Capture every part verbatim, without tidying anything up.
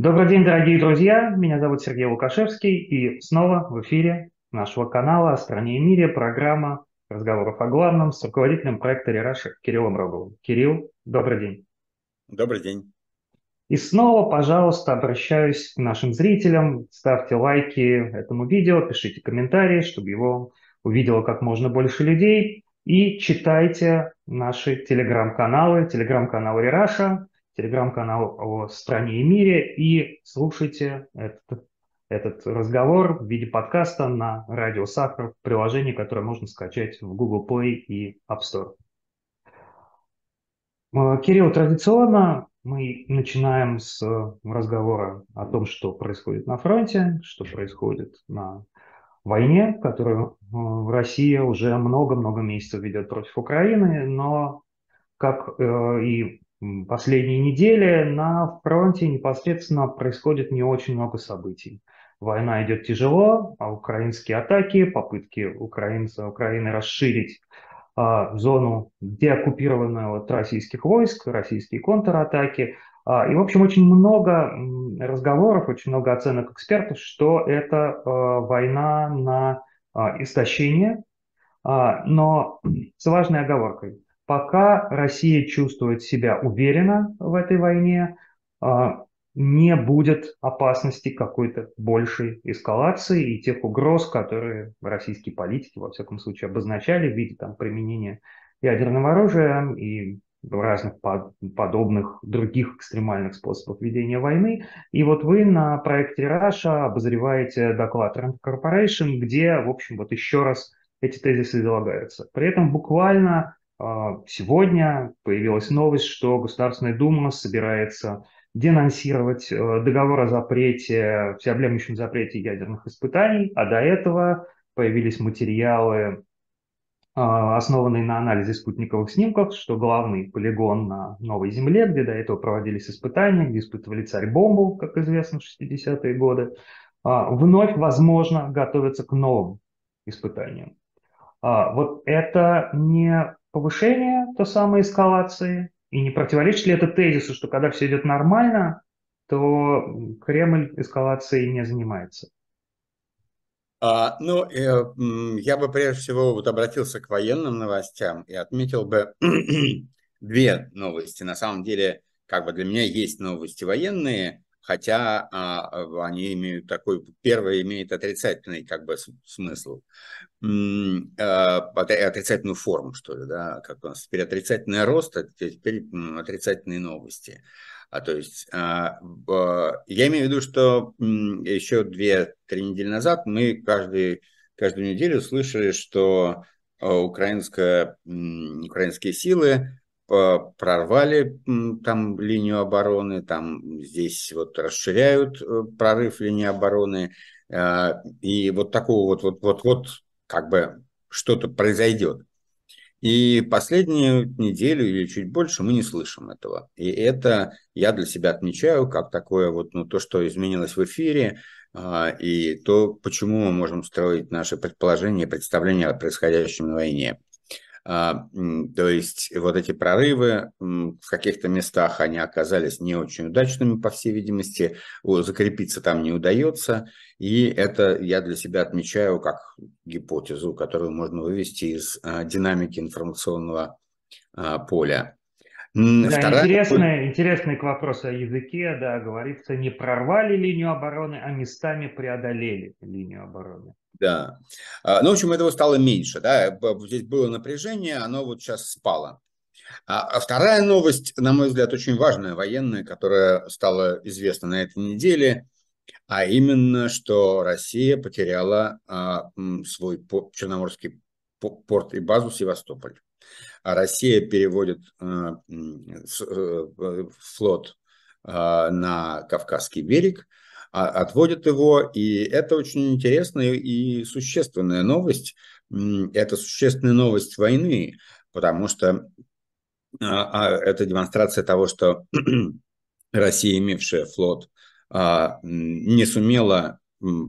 Добрый день, дорогие друзья! Меня зовут Сергей Лукашевский, и снова в эфире нашего канала «О стране и мире» программа разговоров о главном с руководителем проекта «Рераша» Кириллом Роговым. Кирилл, добрый день! Добрый день. И снова, пожалуйста, обращаюсь к нашим зрителям. Ставьте лайки этому видео, пишите комментарии, чтобы его увидело как можно больше людей. И читайте наши телеграм-каналы, телеграм-канал Рераша, телеграм-канал о стране и мире. И слушайте этот, этот разговор в виде подкаста на Радио Сахар, в приложении, которое можно скачать в Google Play и App Store. Э, Кирилл, традиционно мы начинаем с разговора о том, что происходит на фронте, что происходит на войне, которую э, Россия уже много-много месяцев ведет против Украины, но, как э, и м, последние недели, на фронте непосредственно происходит не очень много событий. Война идет тяжело, а украинские атаки, попытки украинца, Украины расширить а, зону, деоккупированную от российских войск, российские контратаки. А, И, в общем, очень много м, разговоров, очень много оценок экспертов, что это а, война на а, истощение, а, но с важной оговоркой. Пока Россия чувствует себя уверенно в этой войне, а, не будет опасности какой-то большей эскалации и тех угроз, которые российские политики, во всяком случае, обозначали в виде там, применения ядерного оружия и разных под- подобных других экстремальных способов ведения войны. И вот вы на проекте Раша обозреваете доклад Rand Corporation, где, в общем, вот еще раз эти тезисы излагаются. При этом буквально э, сегодня появилась новость, что Государственная Дума собирается денонсировать э, договор о запрете, всеобъемлющем запрете ядерных испытаний, а до этого появились материалы, э, основанные на анализе спутниковых снимков, что главный полигон на Новой Земле, где до этого проводились испытания, где испытывали царь-бомбу, как известно, в шестидесятые годы, а, вновь, возможно, готовятся к новым испытаниям. А, вот это не повышение той самой эскалации, и не противоречит ли это тезису, что когда все идет нормально, то Кремль эскалацией не занимается? А, ну, э, м, я бы прежде всего вот обратился к военным новостям и отметил бы две новости. На самом деле, как бы для меня есть новости военные, хотя а, они имеют такой, первый имеет отрицательный как бы с- смысл, М, а, отри- отрицательную форму, что ли, да, как у нас теперь отрицательный рост, а теперь м, отрицательные новости. А, то есть а, в- я имею в виду, что м, еще две-три недели назад мы каждый, каждую неделю слышали, что а, украинская, м, украинские силы а, прорвали м, там линию обороны, там здесь вот расширяют э, прорыв линии обороны, а, и вот такого вот, вот, вот, вот как бы что-то произойдет. И последнюю неделю или чуть больше мы не слышим этого. И это я для себя отмечаю как такое вот, ну, то, что изменилось в эфире, а, и то, почему мы можем строить наши предположения и представления о происходящем на войне. А, м, То есть вот эти прорывы м, в каких-то местах они оказались не очень удачными, по всей видимости, О, закрепиться там не удается, и это я для себя отмечаю как гипотезу, которую можно вывести из а, динамики информационного а, поля. М, Да, Вторая. интересный, интересный к вопросу о языке, да, говорится, не прорвали линию обороны, а местами преодолели линию обороны. Да. А, Ну, в общем, этого стало меньше, да, б- здесь было напряжение, оно вот сейчас спало. А, а вторая новость, на мой взгляд, очень важная, военная, которая стала известна на этой неделе, а именно, что Россия потеряла а, м, свой по- черноморский по- порт и базу Севастополь. А Россия переводит а, м, с- э, э, флот а, на Кавказский берег, а- отводит его, и это очень интересная и существенная новость. М, Это существенная новость войны, потому что а, а, это демонстрация того, что Россия, имевшая флот, а, м, не сумела м,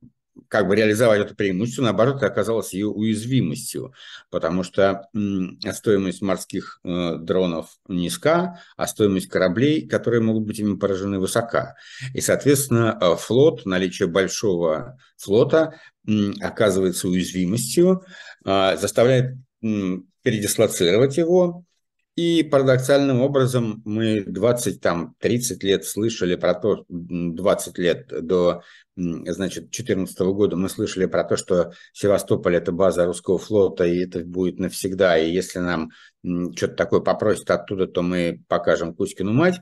как бы реализовать это преимущество, наоборот, это оказалось ее уязвимостью, потому что м, стоимость морских э, дронов низка, а стоимость кораблей, которые могут быть ими поражены, высока. И, соответственно, э, флот, наличие большого флота м, оказывается уязвимостью, э, заставляет м, передислоцировать его. И парадоксальным образом мы двадцать, там, тридцать лет слышали про то, двадцать лет до, значит, две тысячи четырнадцатого года мы слышали про то, что Севастополь – это база русского флота, и это будет навсегда, и если нам что-то такое попросят оттуда, то мы покажем Кузькину мать.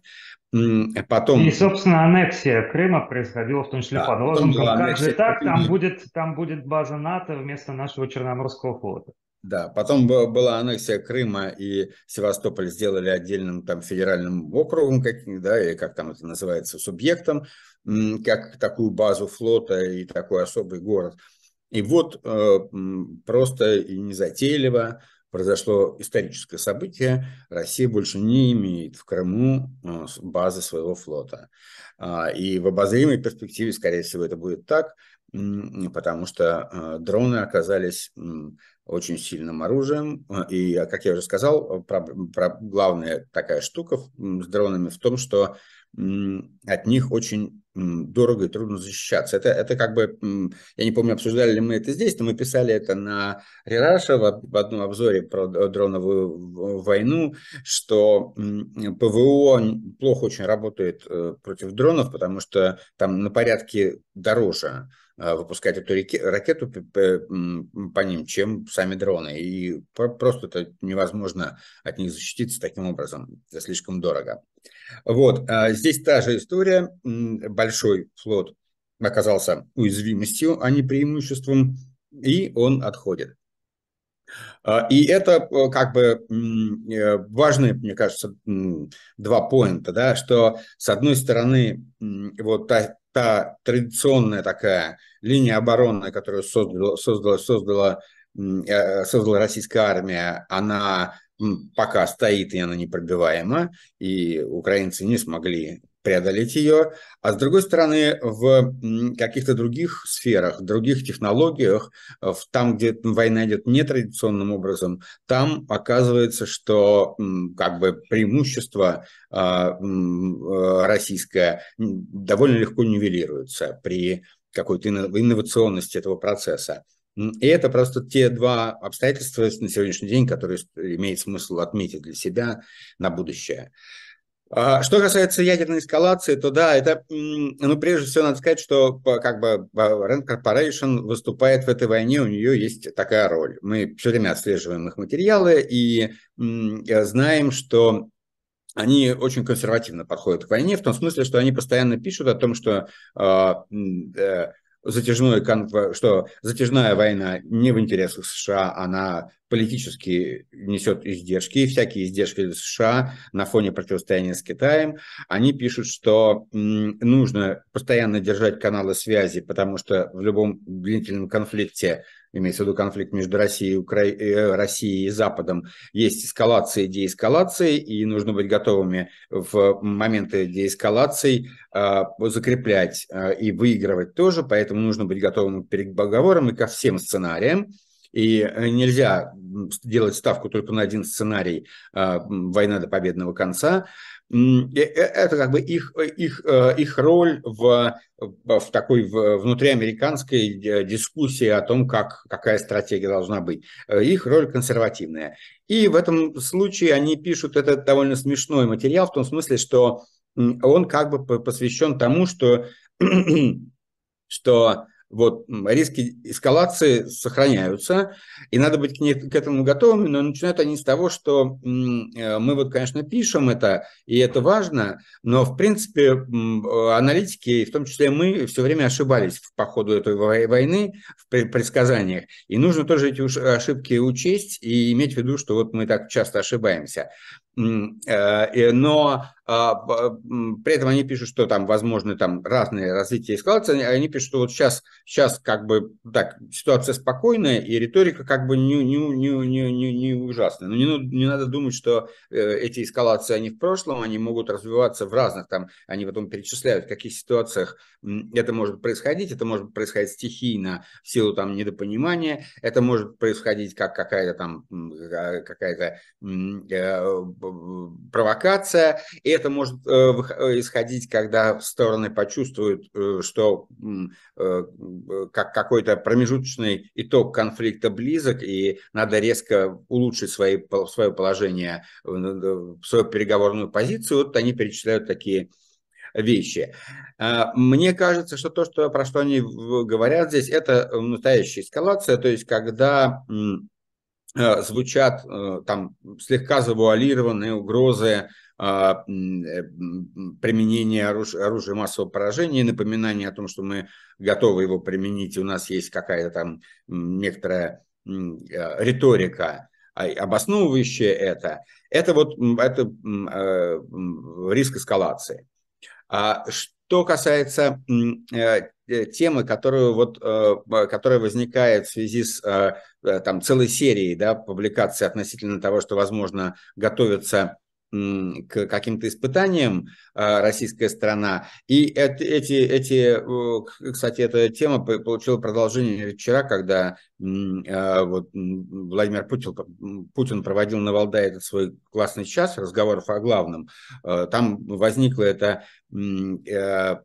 И, Потом, собственно, аннексия Крыма происходила в том числе да, под потом лозунгом была «Как же аннексия так? Там Крыма. будет, там будет база НАТО вместо нашего Черноморского флота». Да, потом была аннексия Крыма, и Севастополь сделали отдельным там федеральным округом, как, да, или как там это называется, субъектом, как такую базу флота и такой особый город. И вот э, просто и незатейливо произошло историческое событие. Россия больше не имеет в Крыму э, базы своего флота. А, и в обозримой перспективе, скорее всего, это будет так, потому что э, дроны оказались очень сильным оружием. И, как я уже сказал, про, про главная такая штука с дронами в том, что от них очень дорого и трудно защищаться. Это, это как бы, я не помню, обсуждали ли мы это здесь, но мы писали это на Рераше в, в одном обзоре про дроновую войну, что ПВО плохо очень работает против дронов, потому что там на порядке дороже выпускать эту ракету по ним, чем сами дроны. И просто это невозможно от них защититься таким образом. Это слишком дорого. Вот. Здесь та же история. Большой флот оказался уязвимостью, а не преимуществом, и он отходит. И это как бы важные, мне кажется, два поинта, да, что с одной стороны вот та, та традиционная такая линия обороны, которую создала, создала, создала, создала российская армия, она пока стоит, и она непробиваема, и украинцы не смогли преодолеть ее, а с другой стороны, в каких-то других сферах, других технологиях, там, где война идет нетрадиционным образом, там оказывается, что как бы преимущество российское довольно легко нивелируется при какой-то инновационности этого процесса. И это просто те два обстоятельства на сегодняшний день, которые имеет смысл отметить для себя на будущее. Что касается ядерной эскалации, то да, это, ну, прежде всего, надо сказать, что как бы Rand Corporation выступает в этой войне, у нее есть такая роль. Мы все время отслеживаем их материалы и знаем, что они очень консервативно подходят к войне, в том смысле, что они постоянно пишут о том, что затяжной, что затяжная война не в интересах США, она политически несет издержки, и всякие издержки для США на фоне противостояния с Китаем. Они пишут, что нужно постоянно держать каналы связи, потому что в любом длительном конфликте, имеется в виду конфликт между Россией и, Укра... Россией и Западом, есть эскалация и деэскалация, и нужно быть готовыми в моменты деэскалаций э, закреплять э, и выигрывать тоже, поэтому нужно быть готовым к переговорам и ко всем сценариям. И нельзя делать ставку только на один сценарий э, «Война до победного конца». Это как бы их, их, их роль в, в такой в внутриамериканской дискуссии о том, как, какая стратегия должна быть. Их роль консервативная. И в этом случае они пишут этот довольно смешной материал, в том смысле, что он как бы посвящен тому, что, что вот риски эскалации сохраняются, и надо быть к, ней, к этому готовыми, но начинают они с того, что мы вот, конечно, пишем это, и это важно, но, в принципе, аналитики, в том числе мы, все время ошибались по ходу этой войны в предсказаниях, и нужно тоже эти ошибки учесть и иметь в виду, что вот мы так часто ошибаемся. М, э, э, Но а, б- м, при этом они пишут, что там возможны там разные развития эскалации. Они они пишут, что вот сейчас, сейчас как бы так ситуация спокойная и риторика как бы не, не, не, не, не, не ужасная. Но не, ну- не надо думать, что э, эти эскалации они в прошлом, они могут развиваться в разных там. Они потом перечисляют, в каких ситуациях м, это может происходить. Это может происходить стихийно в силу там недопонимания. Это может происходить как какая-то там м, э, какая-то м, э, б- провокация, и это может э, вых- э, исходить, когда стороны почувствуют, э, что м, э, э, как какой-то промежуточный итог конфликта близок, и надо резко улучшить свои, пол- свое положение, э, в свою переговорную позицию. Вот они перечисляют такие вещи. А, Мне кажется, что то, что, про что они в- говорят здесь, это настоящая эскалация, то есть когда м, э, звучат э, там слегка завуалированные угрозы а, м, э, м, применения оруж- оружия массового поражения, напоминание о том, что мы готовы его применить, и у нас есть какая-то там м, некоторая м, э, риторика, а, обосновывающая это, это вот м, это м, э, м, риск эскалации. А что касается м, э, э, темы, которую вот, э, б- которая возникает в связи с э, э, там, целой серией, да, публикаций относительно того, что, возможно, готовится м, к каким-то испытаниям э, российская страна. И эт- эти, эти, э, к- кстати, эта тема п- получила продолжение вчера, когда м, э, вот, м, Владимир Путин, м, Путин проводил на Валдае этот свой классный час разговоров о главном. Э, Там возникла эта м, э,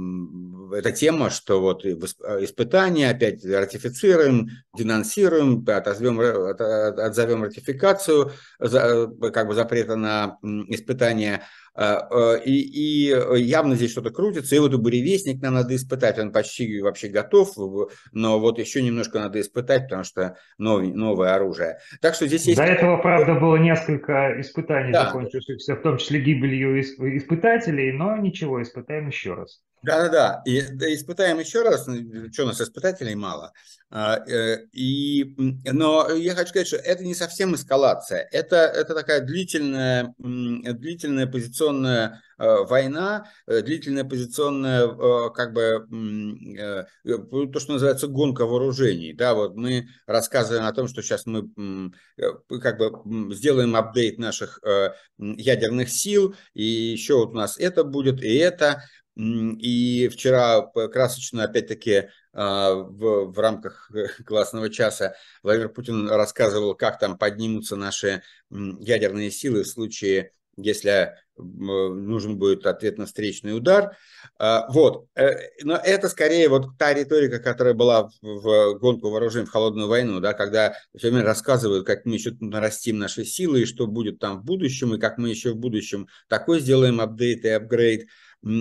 м, эта тема, что вот и восп- э, испытания опять ратифицируем, денонсируем, отозвем, ра- от- от- отзовем ратификацию за- э, как бы запрета на м, испытания. А, э, И, и явно здесь что-то крутится. И вот и буревестник нам надо испытать, он почти вообще готов, в- но вот еще немножко надо испытать, потому что новый, новое оружие. Так что здесь есть До какая-то... этого, правда, было несколько испытаний, Да, закончившихся в том числе гибелью исп- испытателей, но ничего, испытаем еще раз. да-да-да, и, да, испытаем еще раз, ну, что у нас испытателей мало. А, э, и, м, но я хочу сказать, что это не совсем эскалация, это, это такая длительная, м, длительная позиционная э, война, э, длительная позиционная, э, как бы, м, э, э, то, что называется гонка вооружений. Да, вот мы рассказываем о том, что сейчас мы м, э, как бы м, сделаем апдейт наших э, м, ядерных сил, и еще вот у нас это будет, и это. И вчера красочно, опять-таки, а, в, в рамках классного часа Владимир Путин рассказывал, как там поднимутся наши ядерные силы в случае, если нужен будет ответно-встречный удар. А, Вот. Э, но это скорее вот та риторика, которая была в гонку вооружений, в холодную войну, да, когда все время рассказывают, как мы еще нарастим наши силы, и что будет там в будущем, и как мы еще в будущем такой сделаем апдейт и апгрейд.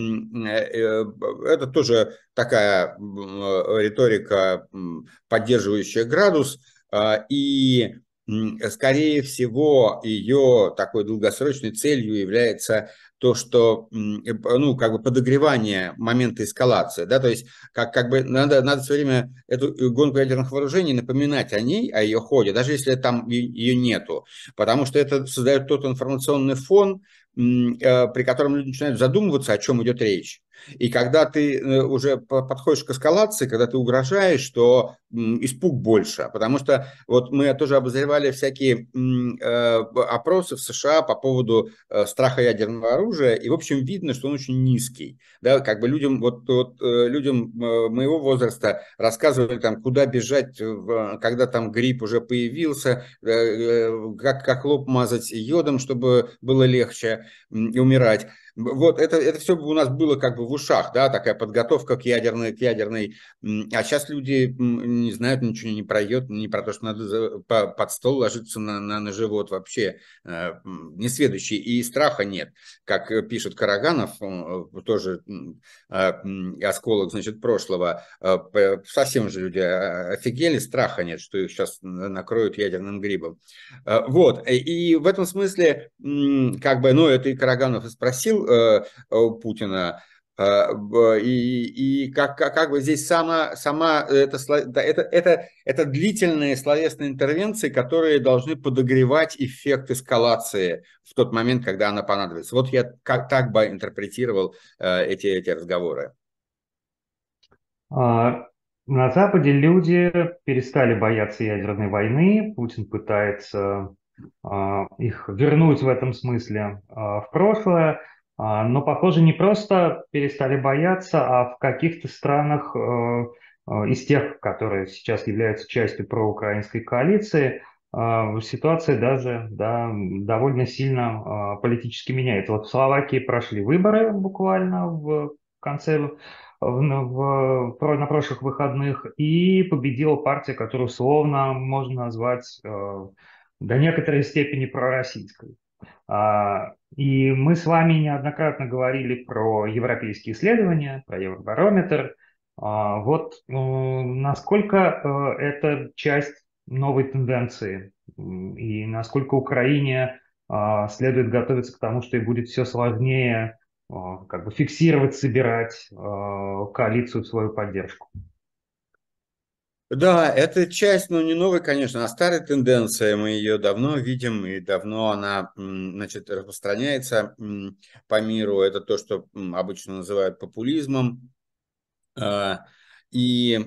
Э, Это тоже такая риторика, поддерживающая градус, а, и, скорее всего, ее такой долгосрочной целью является то, что, ну, как бы подогревание момента эскалации, да, то есть как, как бы надо, надо все время эту гонку ядерных вооружений напоминать о ней, о ее ходе, даже если там ее нету, потому что это создает тот информационный фон, при котором люди начинают задумываться, о чем идет речь. И когда ты э, уже подходишь к эскалации, когда ты угрожаешь, то испуг больше. Потому что вот мы тоже обозревали всякие э, опросы в США по поводу э, страха ядерного оружия, и, в общем, видно, что он очень низкий. Да, как бы людям, вот, вот, э, людям э, моего возраста рассказывали, там, куда бежать, когда там грипп уже появился, э, как, как лоб мазать йодом, чтобы было легче умирать. Вот это, это все у нас было как бы в ушах, да, такая подготовка к ядерной, к ядерной. А сейчас люди не знают, ничего не пройдет, не про то, что надо за, по, под стол ложиться на, на, на живот вообще, э, несведущий, и страха нет. Как пишет Караганов, тоже э, осколок, значит, прошлого, э, совсем же люди офигели, страха нет, что их сейчас накроют ядерным грибом. Э, Вот, и в этом смысле, как бы, ну, это и Караганов и спросил э, у Путина, А, б- И, и как, как, как бы здесь сама, сама это, сло- да, это, это, это длительные словесные интервенции, которые должны подогревать эффект эскалации в тот момент, когда она понадобится. Вот я как, так бы интерпретировал э, эти, эти разговоры. А, На Западе люди перестали бояться ядерной войны. Путин пытается а, их вернуть в этом смысле а, в прошлое. А, Но, похоже, не просто перестали бояться, а в каких-то странах э, э, из тех, которые сейчас являются частью проукраинской коалиции, а, ситуация даже, да, довольно сильно а, политически меняется. Вот в Словакии прошли выборы буквально в конце в, в- про- на прошлых выходных, и победила партия, которую условно можно назвать э, до некоторой степени пророссийской. А, и мы с вами неоднократно говорили про европейские исследования, про Евробарометр. А, вот э, насколько э, это часть новой тенденции, м, и насколько Украине а, следует готовиться к тому, что ей будет все сложнее а, как бы фиксировать, собирать а, коалицию в свою поддержку. Да, это часть, ну, не новой, конечно, а старой тенденции. Мы ее давно видим, и давно она, м, значит, распространяется м, по миру. Это то, что м, обычно называют популизмом. А, И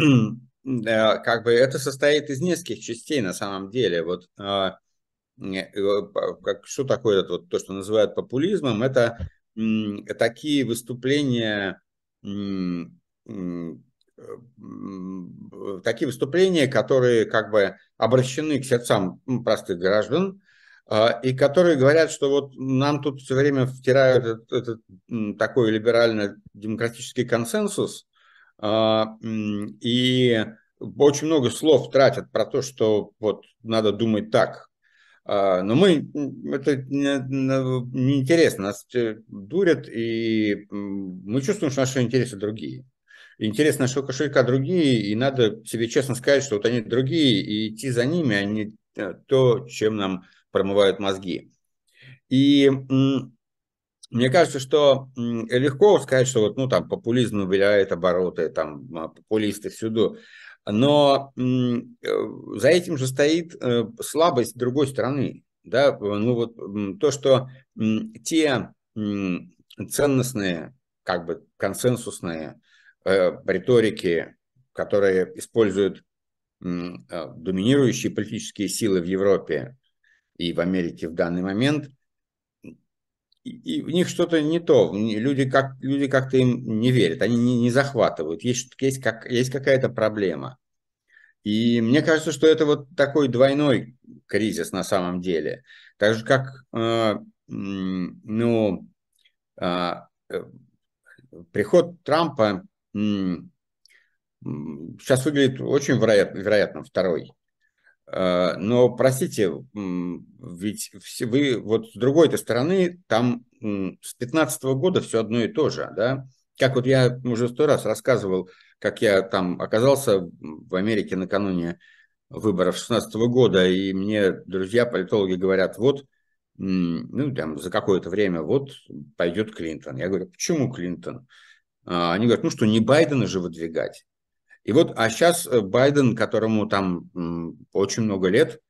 да, как бы это состоит из нескольких частей на самом деле. Вот а, не, э, по- как, что такое это, вот, то, что называют популизмом? Это м, такие выступления, м, м, э, м, такие выступления, которые как бы обращены к сердцам м, простых граждан, а, и которые говорят, что вот нам тут все время втирают этот, этот, м, такой либерально-демократический консенсус, а, м, и очень много слов тратят про то, что вот надо думать так. А, Но мы, м, это не- на- неинтересно, нас э, дурят, и м, мы чувствуем, что наши интересы другие. Интересы нашего кошелька другие, и надо себе честно сказать, что вот они другие, и идти за ними, а не э, то, чем нам промывают мозги. И м, мне кажется, что м, легко сказать, что вот, ну, там, популизм набирает обороты, там, а, популисты всюду, но м, э, за этим же стоит э, слабость другой стороны, да, ну, вот м, то, что м, те м, ценностные, как бы, консенсусные э, риторики, которые используют м, э, доминирующие политические силы в Европе и в Америке в данный момент, и, и в них что-то не то. Люди, как, люди как-то им не верят, они не, не захватывают. Есть, есть, как, есть какая-то проблема. И мне кажется, что это вот такой двойной кризис на самом деле. Так же, как э, м, ну, а, э, приход Трампа м, м, сейчас выглядит очень вероятно, вероятно второй. Э, Но, простите, м, ведь все- вы вот с другой-то стороны, там м, с пятнадцатого года все одно и то же, да? Как вот я уже сто раз рассказывал, как я там оказался в Америке накануне выборов шестнадцатого года, и мне друзья, политологи говорят, вот, м, ну, там, за какое-то время, вот, пойдет Клинтон. Я говорю, почему Клинтон? А, Они говорят, ну что, не Байдена же выдвигать. И вот, а сейчас Байден, которому там м, очень много лет,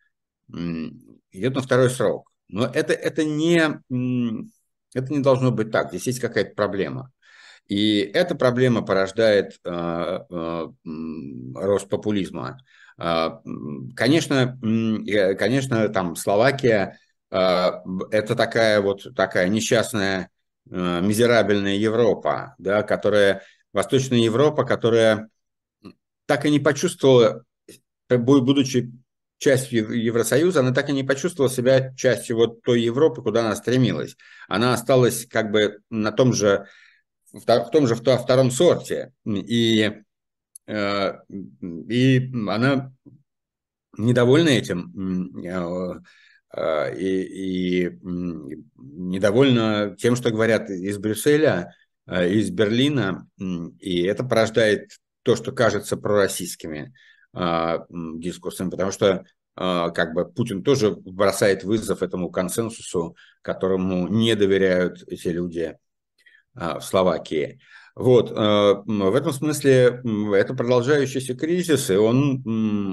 м, идет на второй срок. Но это, это, не, м, это не должно быть так. Здесь есть какая-то проблема. И эта проблема порождает э, э, м, рост популизма. А, м, Конечно, м, э, конечно, там Словакия э, это такая вот такая несчастная, э, мизерабельная Европа, да, которая, Восточная Европа, которая так и не почувствовала, бу- будучи частью Евросоюза, она так и не почувствовала себя частью вот той Европы, куда она стремилась. Она осталась как бы на том же, в та- в том же вто- втором сорте. И, э, и она недовольна этим, м, э, э, и, и м, недовольна тем, что говорят из Брюсселя, э, из Берлина, м, и это порождает то, что кажется пророссийскими а, м, дискурсами, потому что а, как бы Путин тоже бросает вызов этому консенсусу, которому не доверяют эти люди. в Словакии. Вот, в этом смысле это продолжающийся кризис, и он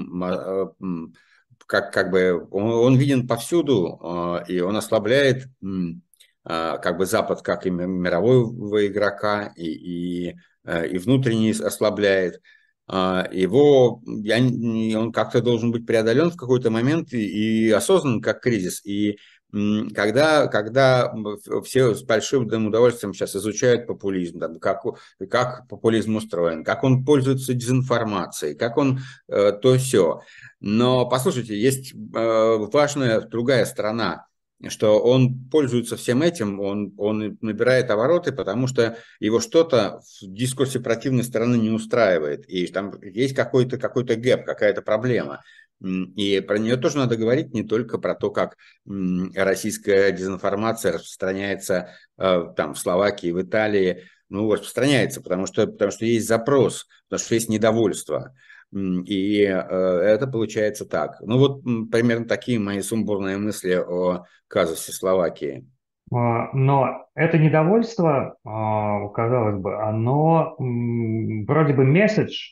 как, как бы он, он виден повсюду, и он ослабляет как бы Запад как и мирового игрока, и, и, и внутренне ослабляет. Его, я, он как-то должен быть преодолен в какой-то момент и, и осознан как кризис. И когда, когда все с большим удовольствием сейчас изучают популизм, там, как, как популизм устроен, как он пользуется дезинформацией, как он э, то все. Но, послушайте, есть э, важная другая сторона, что он пользуется всем этим, он, он набирает обороты, потому что его что-то в дискурсе противной стороны не устраивает, и там есть какой-то какой-то гэп, какая-то проблема. И про нее тоже надо говорить, не только про то, как российская дезинформация распространяется э, там в Словакии, в Италии, ну, распространяется, потому что, потому что есть запрос, потому что есть недовольство. И э, это получается так. Ну, вот примерно такие мои сумбурные мысли о казусе Словакии. Но это недовольство, казалось бы, оно вроде бы месседж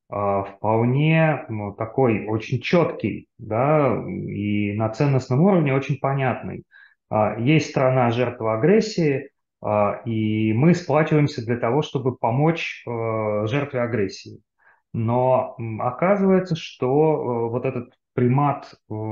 вполне ну, такой очень четкий, да, и на ценностном уровне очень понятный. Есть страна жертва агрессии, и мы сплачиваемся для того, чтобы помочь жертве агрессии. Но оказывается, что вот этот примат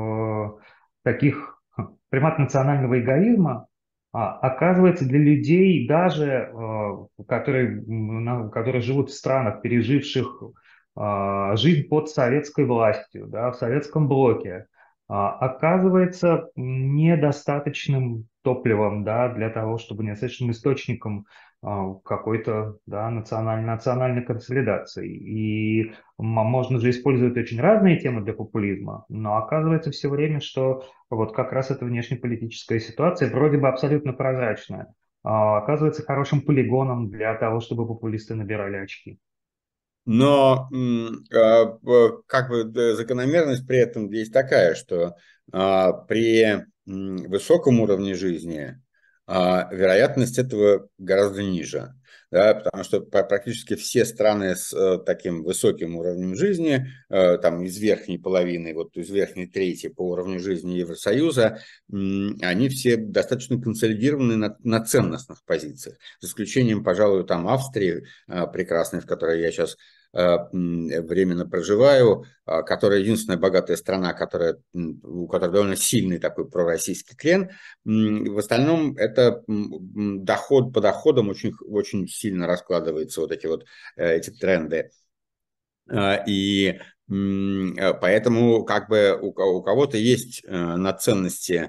таких, примат национального эгоизма, оказывается для людей даже, которые, которые живут в странах, переживших жизнь под советской властью, да, в советском блоке, оказывается недостаточным топливом, да, для того, чтобы недостаточным источником какой-то, да, национальной, национальной консолидации. И можно же использовать очень разные темы для популизма, но оказывается все время, что вот как раз эта внешнеполитическая ситуация вроде бы абсолютно прозрачная, оказывается хорошим полигоном для того, чтобы популисты набирали очки. Но как бы закономерность при этом есть такая, что при высоком уровне жизни вероятность этого гораздо ниже. Да, потому что практически все страны с таким высоким уровнем жизни, там из верхней половины, вот из верхней трети по уровню жизни Евросоюза, они все достаточно консолидированы на, на ценностных позициях. За исключением, пожалуй, там Австрии прекрасной, в которой я сейчас временно проживаю, которая единственная богатая страна, которая, у которой довольно сильный такой пророссийский крен. В остальном это доход по доходам очень, очень сильно раскладываются вот эти вот эти тренды. И поэтому как бы у, у кого-то есть на ценности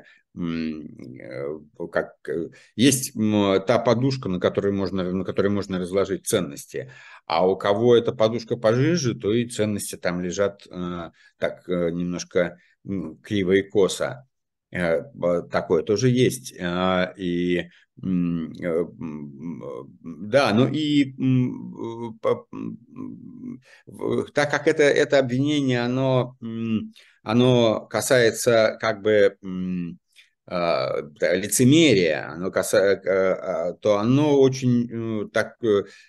как есть та подушка, на которой можно, на которой можно разложить ценности, а у кого эта подушка пожиже, то и ценности там лежат так немножко криво и косо. Такое тоже есть. И да, ну и так как это, это обвинение, оно, оно касается как бы лицемерия, оно касается, то оно очень так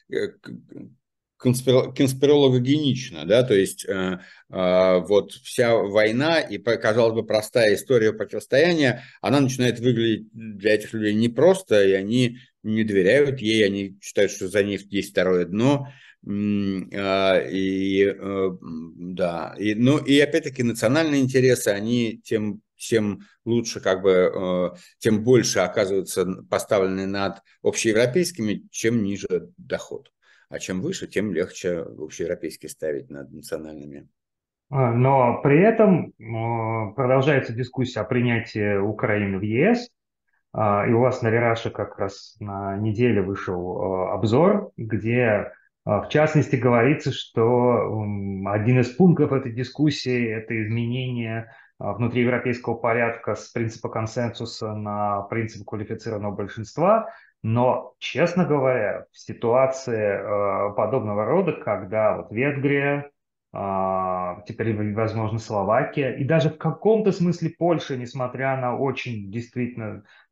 конспирологогенично, да, то есть э, э, вот вся война и, казалось бы, простая история противостояния, она начинает выглядеть для этих людей непросто, и они не доверяют ей, они считают, что за ней есть второе дно, э, и э, да, и, ну и опять-таки национальные интересы, они тем тем лучше, как бы, э, тем больше оказываются поставлены над общеевропейскими, чем ниже доход. А чем выше, тем легче общеевропейски ставить над национальными. Но при этом продолжается дискуссия о принятии Украины в ЕС. И у вас на Рераше как раз на неделе вышел обзор, где в частности говорится, что один из пунктов этой дискуссии – это изменение внутриевропейского порядка с принципа консенсуса на принцип квалифицированного большинства. Но, честно говоря, в ситуации подобного рода, когда вот Венгрия, теперь, возможно, Словакия, и даже в каком-то смысле Польша, несмотря на очень действительно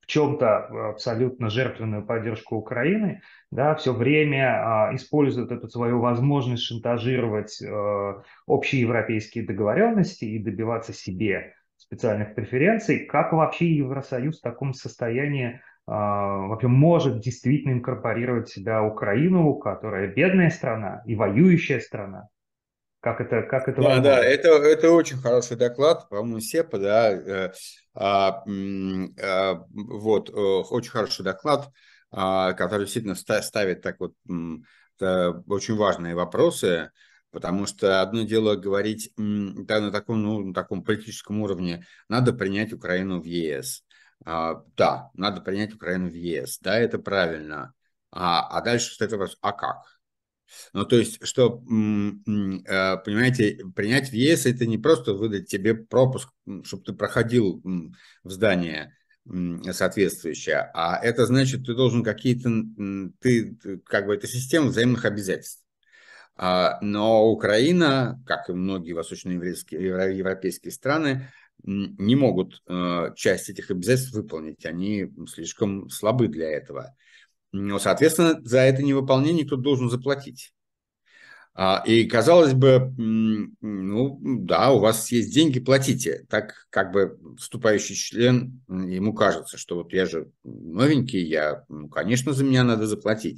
в чем-то абсолютно жертвенную поддержку Украины, да, все время а, используют эту свою возможность шантажировать а, общие европейские договоренности и добиваться себе специальных преференций. Как вообще Евросоюз в таком состоянии а, вообще может действительно инкорпорировать в себя Украину, которая бедная страна и воюющая страна? Как это, как это Да, да, возможно? это, это очень хороший доклад, по-моему, СЕПа, да, э, а, м, а, вот, э, очень хороший доклад, а, который действительно ста- ставит так вот м, э, очень важные вопросы, потому что одно дело говорить м, да, на таком, ну, на таком политическом уровне, надо принять Украину в ЕС. А, да, надо принять Украину в ЕС, да, это правильно. А, а дальше стоит вопрос, а как? Ну, то есть, что, м, м, э, понимаете, принять в ЕС это не просто выдать тебе пропуск, чтобы ты проходил м, в здание м, соответствующее, а это значит, ты должен какие-то, м, ты, ты- как бы, это система взаимных обязательств. А, Но Украина, как и многие восточноевропейские евро- европейские страны, м, не могут э, часть этих обязательств выполнить. Они слишком слабы для этого. Ну, соответственно, за это невыполнение кто-то должен заплатить. А, И казалось бы, м, ну да, у вас есть деньги, платите. Так как бы вступающий член, м, ему кажется, что вот я же новенький, я, ну, конечно, за меня надо заплатить.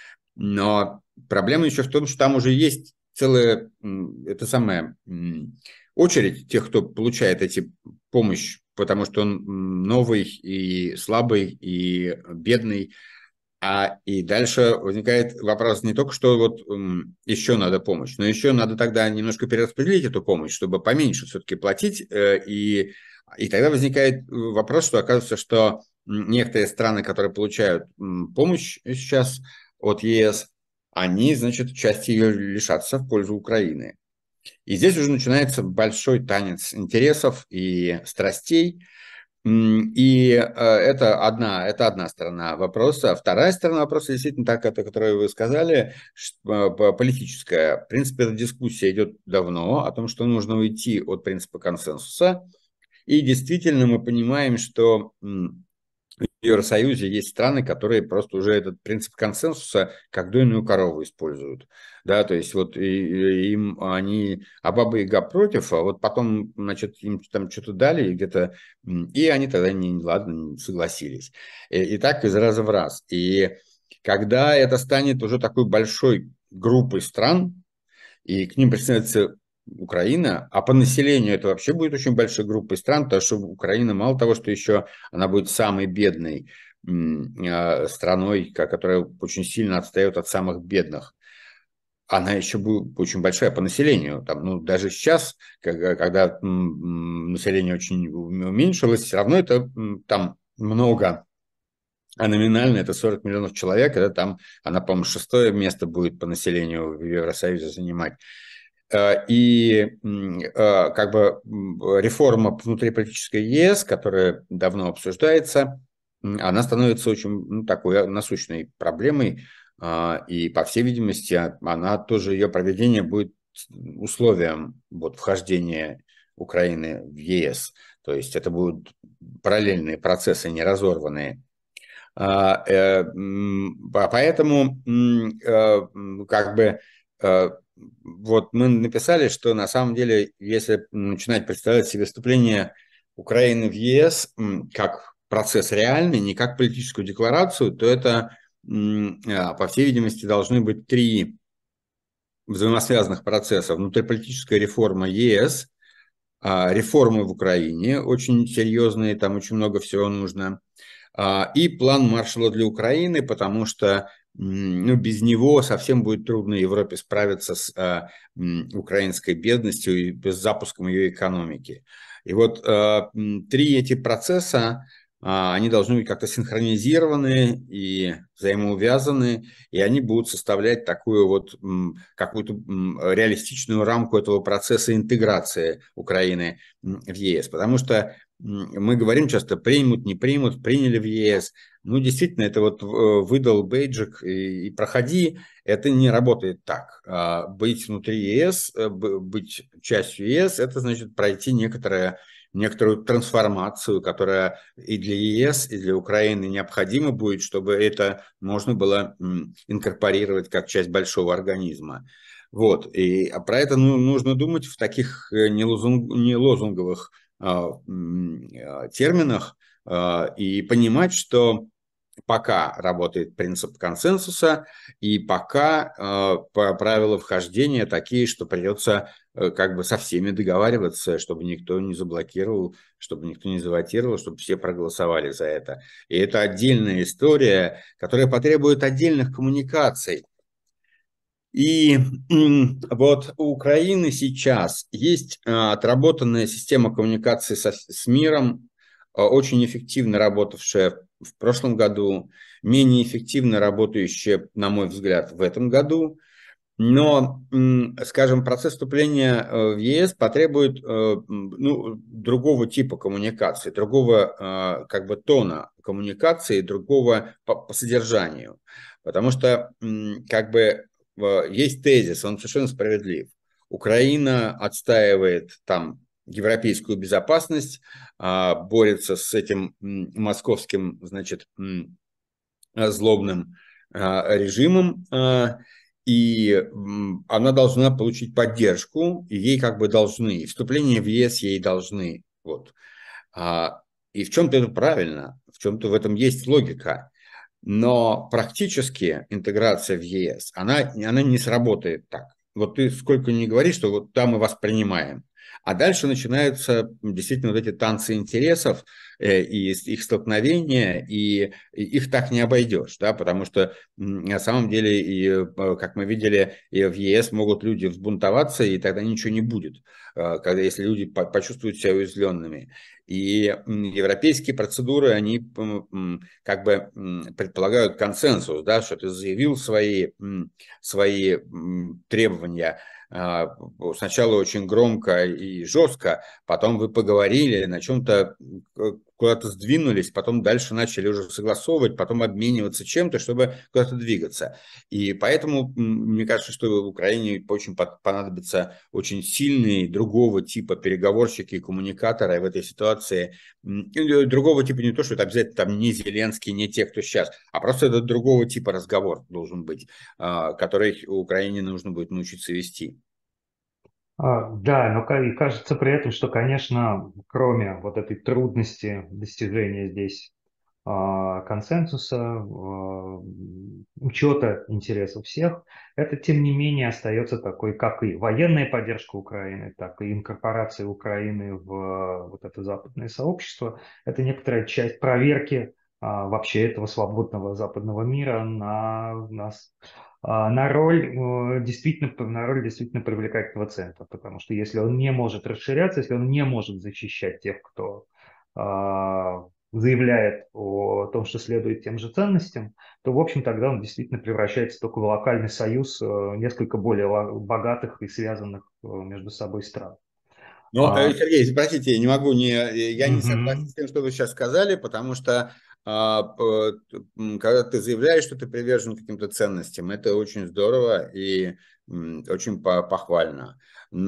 Но проблема еще в том, что там уже есть целая, м, это самая м, очередь тех, кто получает эти помощь, потому что он м, новый и слабый и бедный. А и дальше возникает вопрос не только, что вот м, еще надо помощь, но еще надо тогда немножко перераспределить эту помощь, чтобы поменьше все-таки платить. Э, и, и тогда возникает э, вопрос, что оказывается, что м, некоторые страны, которые получают м, помощь сейчас от ЕС, они, значит, части ее лишатся в пользу Украины. И здесь уже начинается большой танец интересов и страстей. М, И э, это одна, это одна сторона вопроса. А вторая сторона вопроса действительно так, это, которую вы сказали, ш- э, п- политическая. В принципе, эта дискуссия идет давно о том, что нужно уйти от принципа консенсуса. И действительно мы понимаем, что м, в Евросоюзе есть страны, которые просто уже этот принцип консенсуса как дойную корову используют. Да, то есть вот и- и им они, а баба Яга против, а вот потом, значит, им там что-то дали и где-то, м, и они тогда не, ладно, не согласились. И, и так из раза в раз. И когда это станет уже такой большой группой стран, и к ним присоединяется Украина, а по населению это вообще будет очень большой группой стран, потому что Украина мало того, что еще она будет самой бедной м, э, страной, ка- которая очень сильно отстает от самых бедных, она еще будет очень большая по населению. Там, ну, даже сейчас, когда, когда м, м, население очень уменьшилось, все равно это м, там много. А номинально это сорок миллионов человек, это там, она, по-моему, шестое место будет по населению в Евросоюзе занимать. Э, И м, э, как бы м, реформа внутриполитической ЕС, которая давно обсуждается, м, она становится очень, ну, такой насущной проблемой, а, и, по всей видимости, а- она тоже, ее проведение будет условием вот, вхождения Украины в ЕС. То есть это будут параллельные процессы, не разорванные. А, э, м, по- Поэтому м, э, м, как бы э, вот мы написали, что на самом деле, если начинать представлять себе вступление Украины в ЕС м, как процесс реальный, не как политическую декларацию, то это, м, а, по всей видимости, должны быть три взаимосвязанных процесса. Внутриполитическая реформа ЕС, а, реформы в Украине, очень серьезные, там очень много всего нужно, а, и план Маршалла для Украины, потому что м, ну, без него совсем будет трудно Европе справиться с а, м, украинской бедностью и без запуском ее экономики. И вот а, м, три эти процесса, а, они должны быть как-то синхронизированы и взаимоувязаны, и они будут составлять такую вот м, какую-то м, реалистичную рамку этого процесса интеграции Украины м, в ЕС. Потому что мы говорим часто, примут, не примут, приняли в ЕС. Ну, действительно, это вот э, выдал бейджик и, и проходи, это не работает так. А быть внутри ЕС, э, б- быть частью ЕС, это значит пройти некоторое некоторую трансформацию, которая и для ЕС, и для Украины необходима будет, чтобы это можно было инкорпорировать как часть большого организма. Вот. И про это ну, нужно думать в таких не, лозунг, не лозунговых а, терминах а, и понимать, что пока работает принцип консенсуса, и пока э, правила вхождения такие, что придется э, как бы со всеми договариваться, чтобы никто не заблокировал, чтобы никто не завотировал, чтобы все проголосовали за это. И это отдельная история, которая потребует отдельных коммуникаций. И вот у Украины сейчас есть отработанная система коммуникации со, с миром, очень эффективно работавшая в прошлом году, менее эффективно работающая, на мой взгляд, в этом году. Но, скажем, процесс вступления в ЕС потребует ну, другого типа коммуникации, другого как бы тона коммуникации, другого по, по содержанию. Потому что как бы есть тезис, он совершенно справедлив. Украина отстаивает там европейскую безопасность, борется с этим московским, значит, злобным режимом, и она должна получить поддержку, и ей как бы должны, и вступление в ЕС ей должны. Вот. И в чем-то это правильно, в чем-то в этом есть логика. Но практически интеграция в ЕС, она, она не сработает так. Вот ты сколько не говоришь, что вот там мы вас принимаем. А дальше начинаются действительно вот эти танцы интересов э, и их столкновения, и, и их так не обойдешь, да, потому что на самом деле, и, как мы видели, и в ЕС могут люди взбунтоваться, и тогда ничего не будет, э, когда, если люди по почувствуют себя уязвленными. И европейские процедуры, они как бы предполагают консенсус, да, что ты заявил свои, свои требования сначала очень громко и жестко, потом вы поговорили, на чем-то куда-то сдвинулись, потом дальше начали уже согласовывать, потом обмениваться чем-то, чтобы куда-то двигаться. И поэтому мне кажется, что в Украине очень понадобятся очень сильные другого типа переговорщики и коммуникаторы в этой ситуации. Другого типа не то, что это обязательно там не Зеленский, не те, кто сейчас, а просто это другого типа разговор должен быть, который Украине нужно будет научиться вести. А, Да, но и кажется при этом, что, конечно, кроме вот этой трудности достижения здесь а, консенсуса, а, учета интересов всех, это, тем не менее, остается такой, как и военная поддержка Украины, так и инкорпорация Украины в вот это западное сообщество. Это некоторая часть проверки а, вообще этого свободного западного мира на нас, а, на роль э, действительно, на роль действительно привлекательного центра, потому что если он не может расширяться, если он не может защищать тех, кто а, заявляет о том, что следует тем же ценностям, то, в общем, тогда он действительно превращается только в локальный союз э, несколько более богатых и связанных э, между собой стран. Но, А, Сергей, простите, я не могу не, я не согласен мгм. с тем, что вы сейчас сказали, потому что а, когда ты заявляешь, что ты привержен каким-то ценностям, это очень здорово и очень похвально.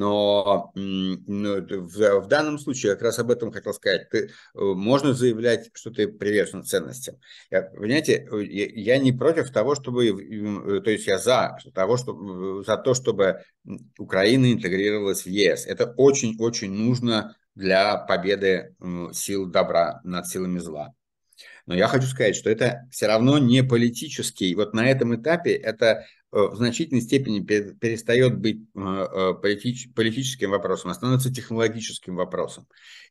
Но ну, в, в данном случае, я как раз об этом хотел сказать, ты, можно заявлять, что ты привержен ценностям. Я, понимаете, я, я не против того, чтобы, то есть я за того, чтобы, за то, чтобы Украина интегрировалась в ЕС. Это очень-очень нужно для победы сил добра над силами зла. Но я хочу сказать, что это все равно не политический. Вот на этом этапе это в значительной степени перестает быть политич, политическим вопросом, а становится технологическим вопросом.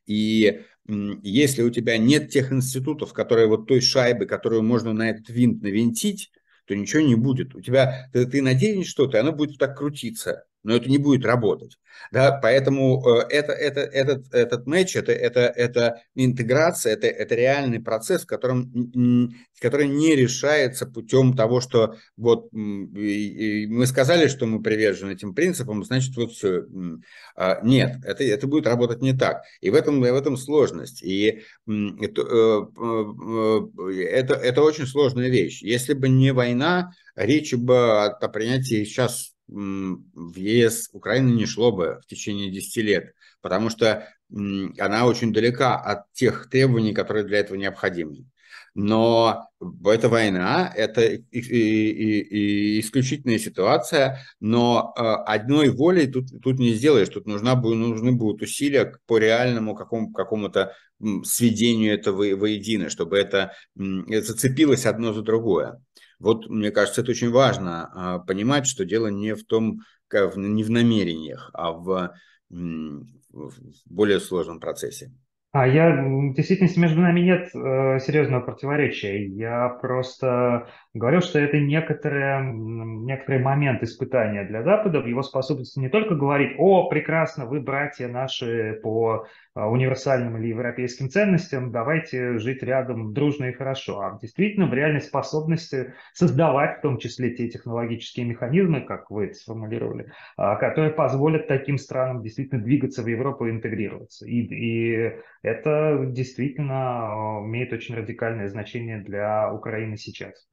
И если у тебя нет тех институтов, которые вот той шайбы, которую можно на этот винт навинтить, то ничего не будет. У тебя, ты, ты наденешь что-то, и оно будет так крутиться, но это не будет работать. Да, поэтому э, это, это, этот, этот матч, это, это, это интеграция, это, это реальный процесс, в котором, который не решается путем того, что вот и, и мы сказали, что мы привержены этим принципам, значит, вот все. А, нет, это, это будет работать не так. И в этом, в этом сложность. И это, это, это очень сложная вещь. Если бы не война, речи бы о, о принятии сейчас в ЕС Украины не шло бы в течение десяти лет, потому что она очень далека от тех требований, которые для этого необходимы. Но это война, это и, и, и, и исключительная ситуация, но э, одной волей тут, тут не сделаешь, тут нужна, нужны будут усилия по реальному какому, какому-то сведению этого воедино, чтобы это зацепилось одно за другое. Вот, мне кажется, это очень важно понимать, что дело не в том, не в намерениях, а в, в более сложном процессе. А я, в действительности, между нами нет э, серьезного противоречия. Я просто говорю, что это некоторые, некоторый момент испытания для Запада в его способности не только говорить: «О, прекрасно, вы братья наши по э, универсальным или европейским ценностям, давайте жить рядом дружно и хорошо», а действительно в реальной способности создавать в том числе те технологические механизмы, как вы это сформулировали, э, которые позволят таким странам действительно двигаться в Европу и интегрироваться. И, и это действительно имеет очень радикальное значение для Украины сейчас.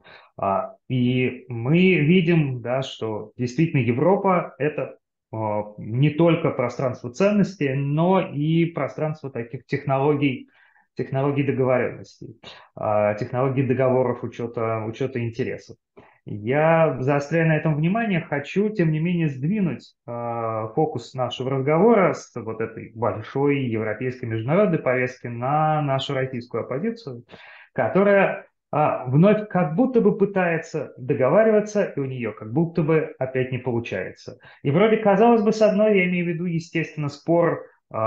И мы видим, да, что действительно Европа — это не только пространство ценностей, но и пространство таких технологий, технологий договоренностей, технологий договоров учета, учета интересов. Я, заостряя на этом внимание, хочу, тем не менее, сдвинуть э, фокус нашего разговора с вот этой большой европейской международной повестки на нашу российскую оппозицию, которая э, вновь как будто бы пытается договариваться, и у нее как будто бы опять не получается. И вроде, казалось бы, с одной, я имею в виду, естественно, спор э,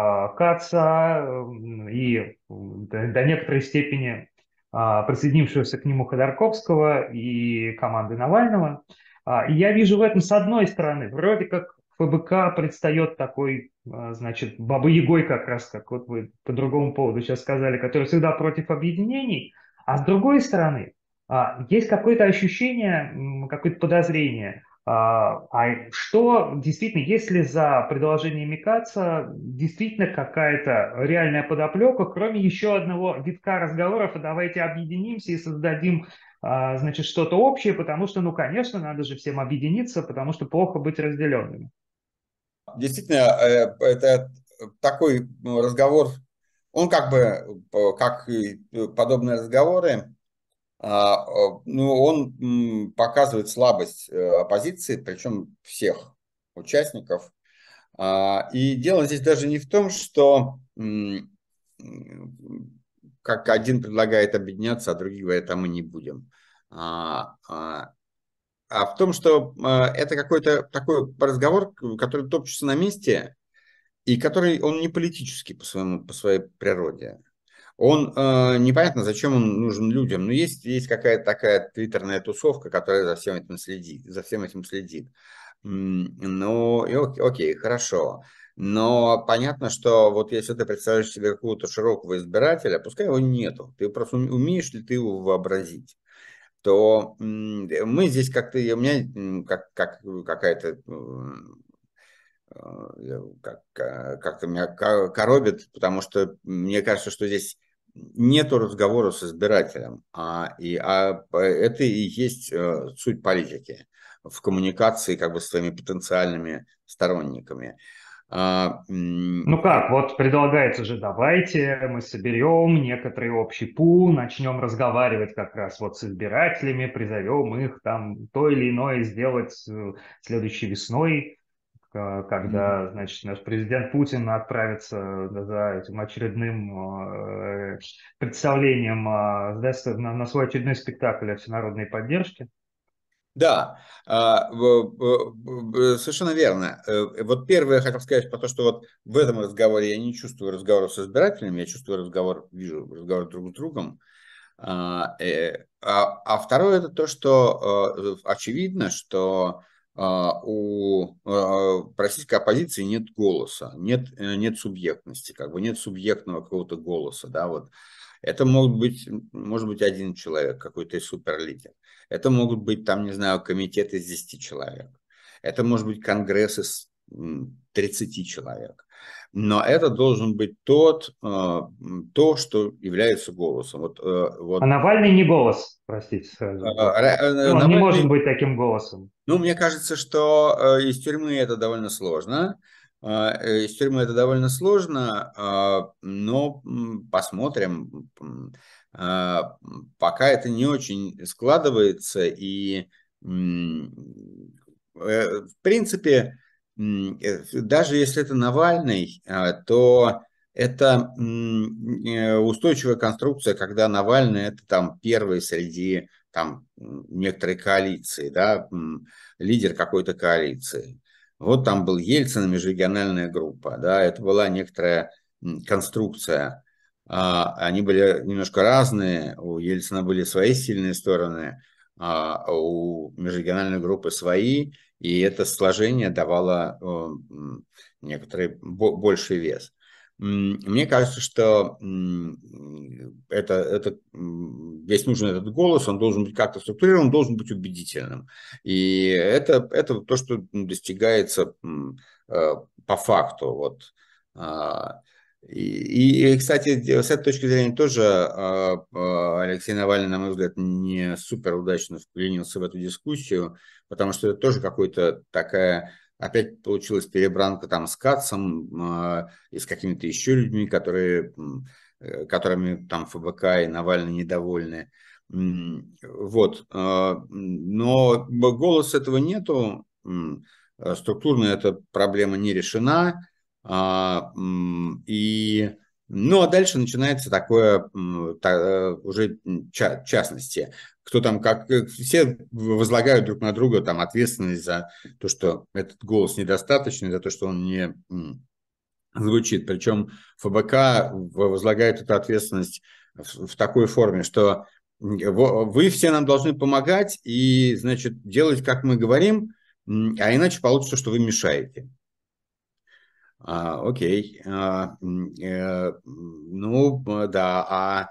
Каца э, и до, до некоторой степени присоединившегося к нему Ходорковского и команды Навального. И я вижу в этом, с одной стороны, вроде как ФБК предстает такой, значит, бабой-ягой, как раз, как вот вы по другому поводу сейчас сказали, который всегда против объединений, а с другой стороны, есть какое-то ощущение, какое-то подозрение, а, а что действительно, если за предложениями Каца действительно какая-то реальная подоплека, кроме еще одного витка разговоров: а давайте объединимся и создадим, а, значит, что-то общее, потому что, ну, конечно, надо же всем объединиться, потому что плохо быть разделенными. Действительно, это такой разговор, он как бы, как и подобные разговоры, ну, он показывает слабость оппозиции, причем всех участников. И дело здесь даже не в том, что как один предлагает объединяться, а другие говорят: а мы не будем. А, а, а в том, что это какой-то такой разговор, который топчется на месте, и который, он не политический по, своему, по своей природе. Он э, непонятно, зачем он нужен людям, но есть, есть какая-то такая твиттерная тусовка, которая за всем этим следит. За всем этим следит. Ну, и окей, окей, хорошо. Но понятно, что вот если ты представляешь себе какого-то широкого избирателя, пускай его нету, ты просто умеешь ли ты его вообразить, то мы здесь как-то, у меня как, как, какая-то как, как-то меня коробит, потому что мне кажется, что здесь нету разговора с избирателем, а, и, а это и есть суть политики в коммуникации как бы с своими потенциальными сторонниками. Ну как, вот предлагается же: давайте мы соберем некоторый общий пул, начнем разговаривать как раз вот с избирателями, призовем их там то или иное сделать следующей весной, когда, значит, наш президент Путин отправится за этим очередным представлением, на свой очередной спектакль о всенародной поддержке. Да, совершенно верно. Вот первое я хотел сказать про то, что вот в этом разговоре я не чувствую разговора с избирателями, я чувствую разговор, вижу разговор друг с другом. А, а второе — это то, что очевидно, что у российской оппозиции нет голоса, нет, нет субъектности, как бы нет субъектного какого-то голоса, да, вот. Это может быть, может быть один человек, какой-то суперлидер. Это могут быть, там, не знаю, комитеты из десяти человек. Это может быть конгресс из тридцати человек. Но это должен быть тот, то, что является голосом. Вот, вот. А Навальный не голос, простите сразу. А, Он Навальный... не может быть таким голосом. Ну, мне кажется, что из тюрьмы это довольно сложно. Из тюрьмы это довольно сложно, но посмотрим. Пока это не очень складывается, и в принципе, даже если это Навальный, то это устойчивая конструкция, когда Навальный это там первый среди там некоторой коалиции, да, лидер какой-то коалиции. Вот там был Ельцин, межрегиональная группа, да, это была некоторая конструкция. Они были немножко разные, у Ельцина были свои сильные стороны, а у межрегиональной группы свои, и это сложение давало некоторый больший вес. Мне кажется, что это, это, здесь нужен этот голос, он должен быть как-то структурирован, он должен быть убедительным. И это, это то, что достигается по факту. Вот. И, и, кстати, с этой точки зрения тоже Алексей Навальный, на мой взгляд, не супер удачно вклинился в эту дискуссию, потому что это тоже какой-то такая... Опять получилась перебранка там с Кацом э, и с какими-то еще людьми, которые, э, которыми там ФБК и Навальный недовольны. Вот. Э, но голоса этого нету. Структурно эта проблема не решена. Э, и, ну, а дальше начинается такое та, уже ча- частности. Кто там, как все возлагают друг на друга там ответственность за то, что этот голос недостаточный, за то, что он не звучит. Причем ФБК возлагает эту ответственность в, в такой форме, что вы все нам должны помогать и, значит, делать, как мы говорим, а иначе получится, что вы мешаете. А, окей. А, э, ну, да, а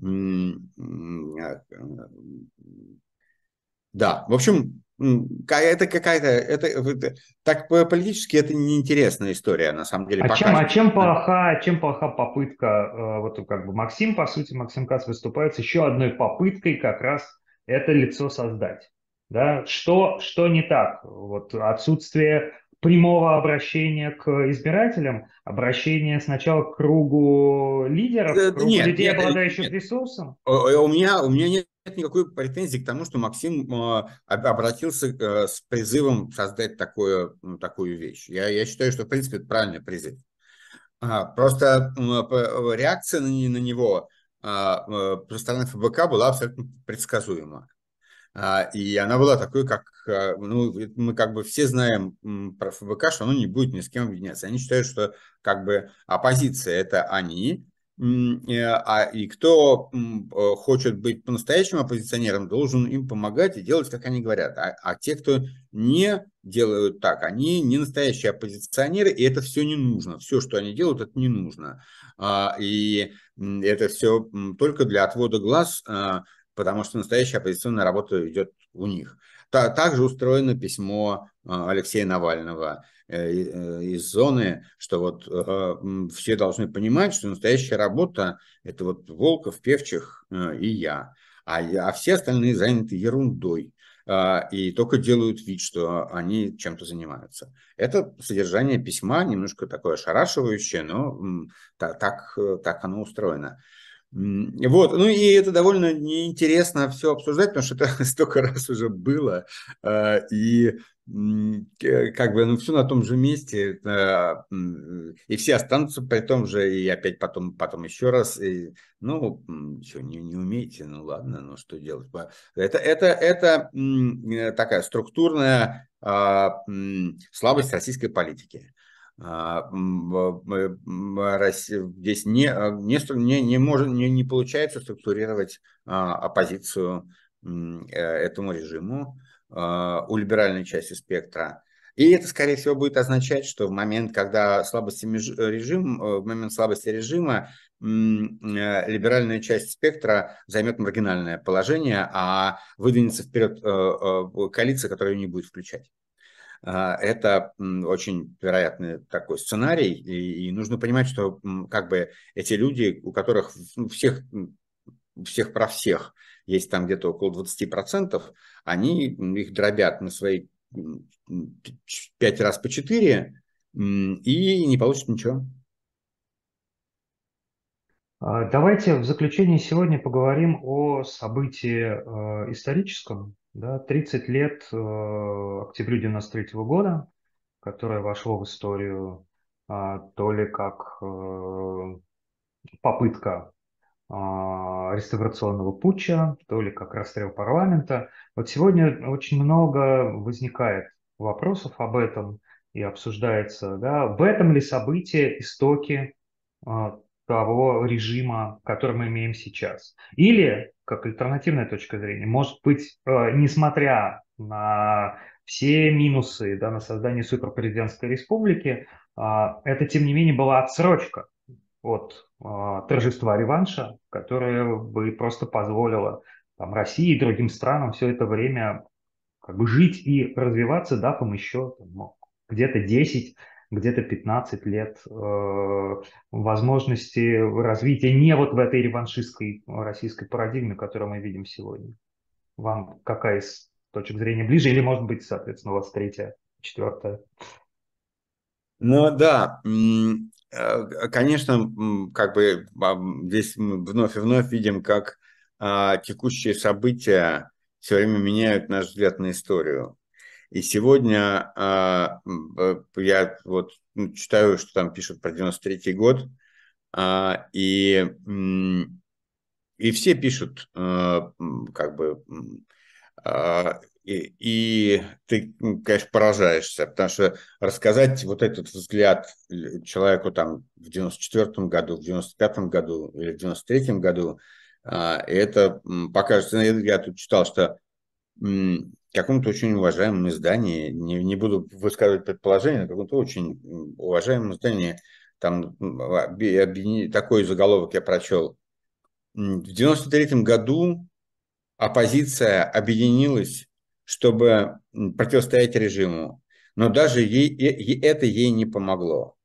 да, в общем, это какая-то, это, это так политически это неинтересная история, на самом деле, А чем, пока а что. чем плоха, чем плоха попытка, э, вот как бы Максим, по сути, Максим Кац выступает с еще одной попыткой как раз это лицо создать. Да? Что, что не так? Вот отсутствие прямого обращения к избирателям, обращение сначала к кругу лидеров, к Э, кругу Нет, людей, нет, обладающих нет. ресурсом. У меня, у меня нет никакой претензии к тому, что Максим э, обратился э, с призывом создать такое, ну, такую вещь. Я, я считаю, что, в принципе, это правильный призыв. А, просто э, реакция на, на него э, э, со стороны ФБК была абсолютно предсказуема. А, И она была такой, как, э, ну, мы как бы все знаем про ФБК, что оно не будет ни с кем объединяться. Они считают, что как бы оппозиция – это они, а и кто э, хочет быть по-настоящему оппозиционером, должен им помогать и делать, как они говорят. А, а те, кто не делают так, они не настоящие оппозиционеры, и это все не нужно. Все, что они делают, это не нужно. А, И это все только для отвода глаз, а, потому что настоящая оппозиционная работа идет у них. Также устроено письмо Алексея Навального из зоны, что вот все должны понимать, что настоящая работа – это вот Волков, Певчих и я, а, а все остальные заняты ерундой и только делают вид, что они чем-то занимаются. Это содержание письма немножко такое ошарашивающее, но так, так, так оно устроено. Вот, ну и это довольно неинтересно все обсуждать, потому что это столько раз уже было, и как бы, ну, все на том же месте, и все останутся при том же, и опять потом, потом еще раз, и, ну, что, не, не умеете, ну ладно, ну что делать. Это, это, это такая структурная слабость российской политики. Здесь не, не, не, не, может, не, не получается структурировать оппозицию этому режиму у либеральной части спектра. И это, скорее всего, будет означать, что в момент, когда слабости режим, в момент слабости режима либеральная часть спектра займет маргинальное положение, а выдвинется вперед коалиция, которая ее не будет включать. Это очень вероятный такой сценарий, и, и нужно понимать, что как бы эти люди, у которых ну, всех, всех про всех есть там где-то около двадцать процентов, они их дробят на свои пять раз по четыре, и не получат ничего. Давайте в заключение сегодня поговорим о событии э, историческом. Да, тридцать лет э, октябрю девяносто третьего года, которое вошло в историю э, то ли как э, попытка э, реставрационного путча, то ли как расстрел парламента. Вот сегодня очень много возникает вопросов об этом и обсуждается, да, в этом ли событии истоки э, того режима, который мы имеем сейчас. Или, как альтернативная точка зрения, может быть, э, несмотря на все минусы, да, на создание суперпрезидентской республики, э, это, тем не менее, была отсрочка от э, торжества реванша, которое бы просто позволило там, России и другим странам все это время как бы жить и развиваться, дав им еще там, ну, где-то десять, где-то пятнадцать лет э, возможности развития не вот в этой реваншистской российской парадигме, которую мы видим сегодня. Вам какая из точек зрения ближе, или, может быть, соответственно, у вас третья, четвертая? Ну да, м, э, конечно, м, как бы а, м, здесь мы вновь и вновь видим, как а, текущие события все время меняют наш взгляд на историю. И сегодня а, м, э, я вот ну, читаю, что там пишут про девяносто третий год, а, и, м, и все пишут, а, м, как бы, м, а, и, и ты, м, конечно, поражаешься, потому что рассказать вот этот взгляд э, человеку там в девяносто четвёртом году, в девяносто пятом году или в девяносто третьем году, а, это м, покажется, ну, я тут читал, что м, в каком-то очень уважаемом издании, не, не буду высказывать предположение, но в каком-то очень м, уважаемом издании, там м, обе- объедини- такой заголовок я прочел. М, В девяносто третьем году оппозиция объединилась, чтобы м, противостоять режиму, но даже ей, е- е- это ей не помогло.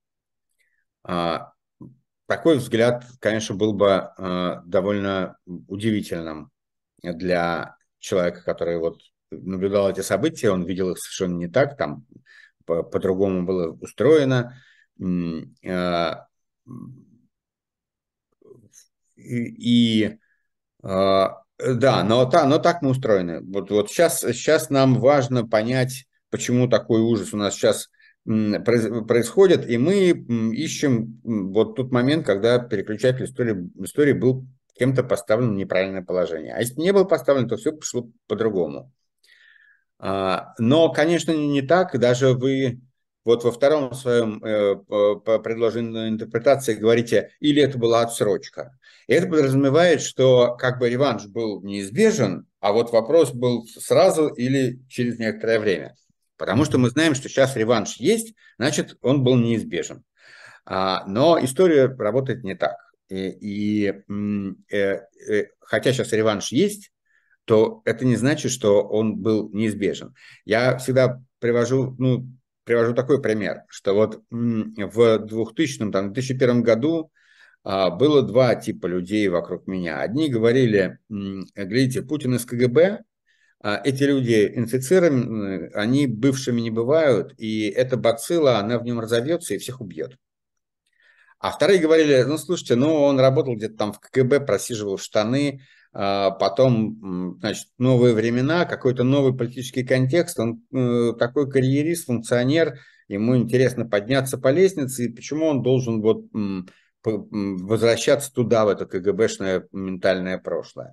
А, Такой взгляд, конечно, был бы а, довольно удивительным для человека, который вот наблюдал эти события, он видел их совершенно не так, там по- по-другому было устроено. М, а, И, и, а, да, но, та, но так мы устроены. Вот, вот сейчас, сейчас нам важно понять, почему такой ужас у нас сейчас м, произ- происходит, и мы м, ищем м, вот тот момент, когда переключатель истории, истории был кем-то поставлен в неправильное положение. А если не был поставлен, то все пошло по-другому. А, Но, конечно, не так. Даже вы вот во втором своем э, по- по предложенной интерпретации говорите, или это была отсрочка. И это подразумевает, что как бы реванш был неизбежен, а вот вопрос был сразу или через некоторое время. Потому что мы Мгм. знаем, что сейчас реванш есть, значит, он был неизбежен. А, Но история работает не так. И, и, м, э, э, хотя сейчас реванш есть, то это не значит, что он был неизбежен. Я всегда привожу, ну, привожу такой пример, что вот м, в двухтысячном, там, две тысячи первом году а, было два типа людей вокруг меня. Одни говорили, м, глядите, Путин из КГБ, а, эти люди инфицированы, они бывшими не бывают, и эта бацилла, она в нем разовьется и всех убьет. А вторые говорили, ну, слушайте, ну, он работал где-то там в КГБ, просиживал штаны, а, потом, м, значит, новые времена, какой-то новый политический контекст, он э, такой карьерист, функционер, ему интересно подняться по лестнице, и почему он должен вот м, по- м, возвращаться туда, в это КГБшное ментальное прошлое.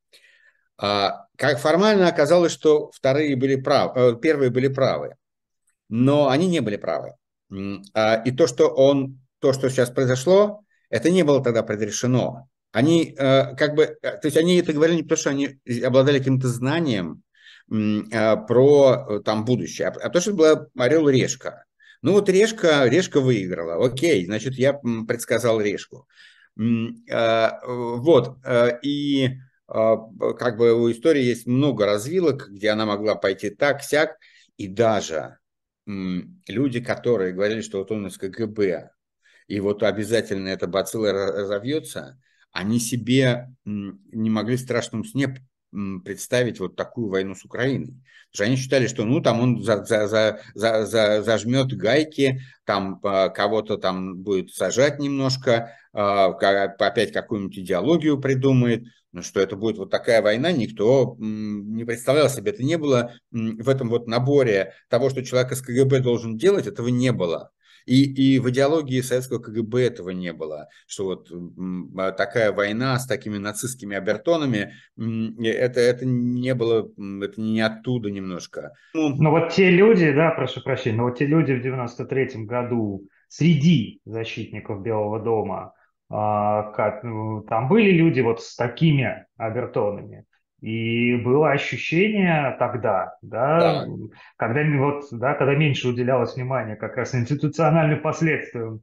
А, как формально оказалось, что вторые были правы, первые были правы, но они не были правы. М, а, И то, что он, то, что сейчас произошло, это не было тогда предрешено. Они э, как бы, э, то есть они это говорили не потому, что они обладали каким-то знанием м, э, про э, там будущее, а а потому, что это была орел и решка. Ну вот решка, решка выиграла. Окей, значит, я м, предсказал решку. М, э, Вот. э, И э, как бы у истории есть много развилок, где она могла пойти так, сяк, и даже м, люди, которые говорили, что вот он из КГБ, и вот обязательно эта бацилла разовьется, они себе м, не могли в страшном сне представить вот такую войну с Украиной. Потому что они считали, что ну там он за, за, за, за, за, зажмет гайки, там кого-то там будет сажать немножко, опять какую-нибудь идеологию придумает. Но что это будет вот такая война, никто не представлял себе. Это не было в этом вот наборе того, что человек из КГБ должен делать, этого не было. И, и в идеологии советского КГБ этого не было, что вот такая война с такими нацистскими обертонами, это, это не было, это не оттуда немножко. Но вот те люди, да, прошу прощения, но вот те люди в девяносто третьем году среди защитников Белого дома, а, как, ну, там были люди вот с такими обертонами. И было ощущение тогда, да, Да, когда, вот, да, когда меньше уделялось внимания как раз институциональным последствиям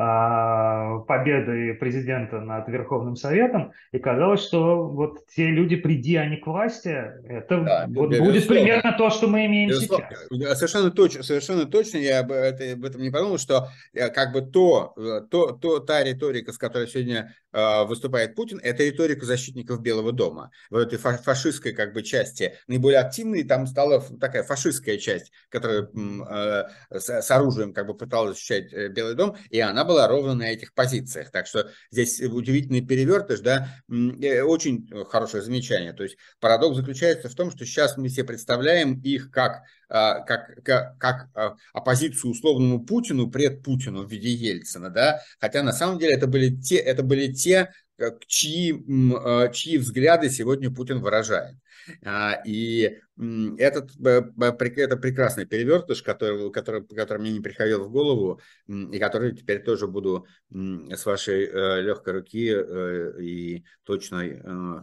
а, победы президента над Верховным Советом, и казалось, что вот те люди, приди они к власти, это да, вот будет безусловно. примерно то, что мы имеем Безусловно, сейчас. совершенно точно, совершенно точно, я об, это, об этом не подумал, что э, как бы то, э, то, то, та риторика, с которой сегодня э, выступает Путин, это риторика защитников Белого дома. В этой фа- фашистской как бы части наиболее активной там стала такая фашистская часть, которая э, с, с оружием как бы пыталась защищать э, Белый дом, и она была ровно на этих позициях. Так что здесь удивительный перевертыш, да, э, очень хорошее замечание. То есть парадокс заключается в том, что сейчас мы себе представляем их как как, как, как оппозицию условному Путину, пред Путину в виде Ельцина, да, хотя на самом деле это были те, это были те чьи, чьи взгляды сегодня Путин выражает. И этот, это прекрасный перевертыш, который, который, который мне не приходил в голову, и который теперь тоже буду с вашей легкой руки и точной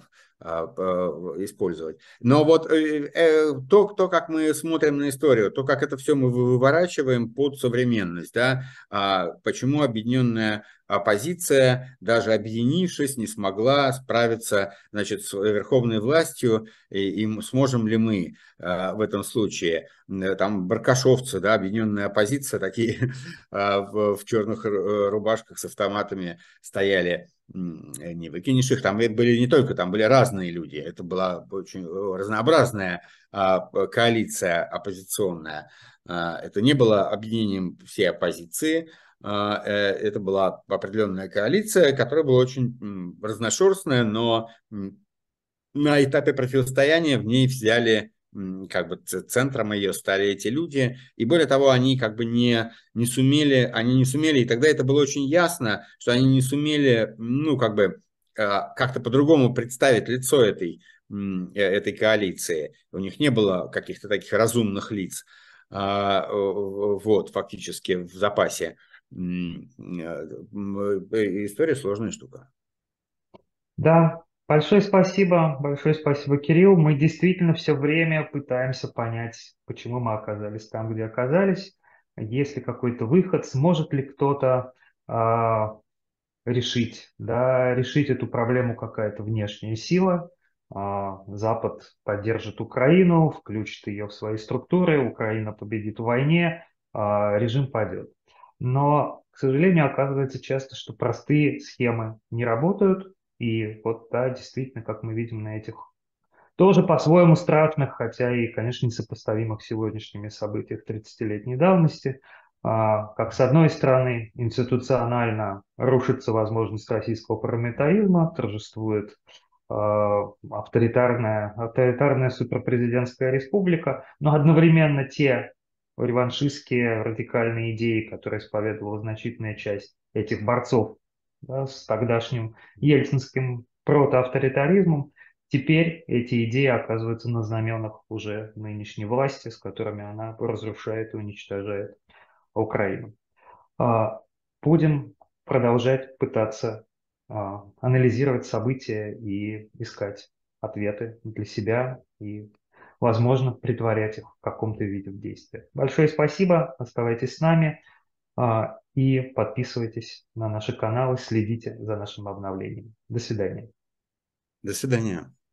использовать. Но вот то, то, как мы смотрим на историю, то, как это все мы выворачиваем под современность, да, почему объединенная оппозиция, даже объединившись, не смогла справиться, значит, с верховной властью, и, и сможем ли мы в этом случае. Там баркашовцы, да, объединенная оппозиция, такие в, в черных рубашках с автоматами стояли. Не выкинешь их, там были не только, там были разные люди, это была очень разнообразная коалиция оппозиционная. Это не было объединением всей оппозиции, это была определенная коалиция, которая была очень разношерстная, но на этапе противостояния в ней взяли как бы центром ее стали эти люди, и более того, они как бы не, не сумели, они не сумели, и тогда это было очень ясно, что они не сумели, ну, как бы, как-то по-другому представить лицо этой, этой коалиции. У них не было каких-то таких разумных лиц, вот, фактически в запасе. История сложная штука. Да, большое спасибо, большое спасибо, Кирилл. Мы действительно все время пытаемся понять, почему мы оказались там, где оказались. Есть ли какой-то выход, сможет ли кто-то а, решить, да, решить эту проблему какая-то внешняя сила. А, Запад поддержит Украину, включит ее в свои структуры, Украина победит в войне, а, режим падет. Но, к сожалению, оказывается часто, что простые схемы не работают. И вот, да, действительно, как мы видим на этих тоже по-своему страшных, хотя и, конечно, несопоставимых с сегодняшними событиями тридцатилетней давности, а, как с одной стороны институционально рушится возможность российского парламентаризма, торжествует а, авторитарная, авторитарная суперпрезидентская республика, но одновременно те реваншистские радикальные идеи, которые исповедовала значительная часть этих борцов, да, с тогдашним ельцинским протоавторитаризмом, теперь эти идеи оказываются на знаменах уже нынешней власти, с которыми она разрушает и уничтожает Украину. А, Будем продолжать пытаться а, анализировать события и искать ответы для себя и, возможно, притворять их в каком-то виде в действие. Большое спасибо, оставайтесь с нами а, и подписывайтесь на наши каналы, следите за нашим обновлением. До свидания. До свидания.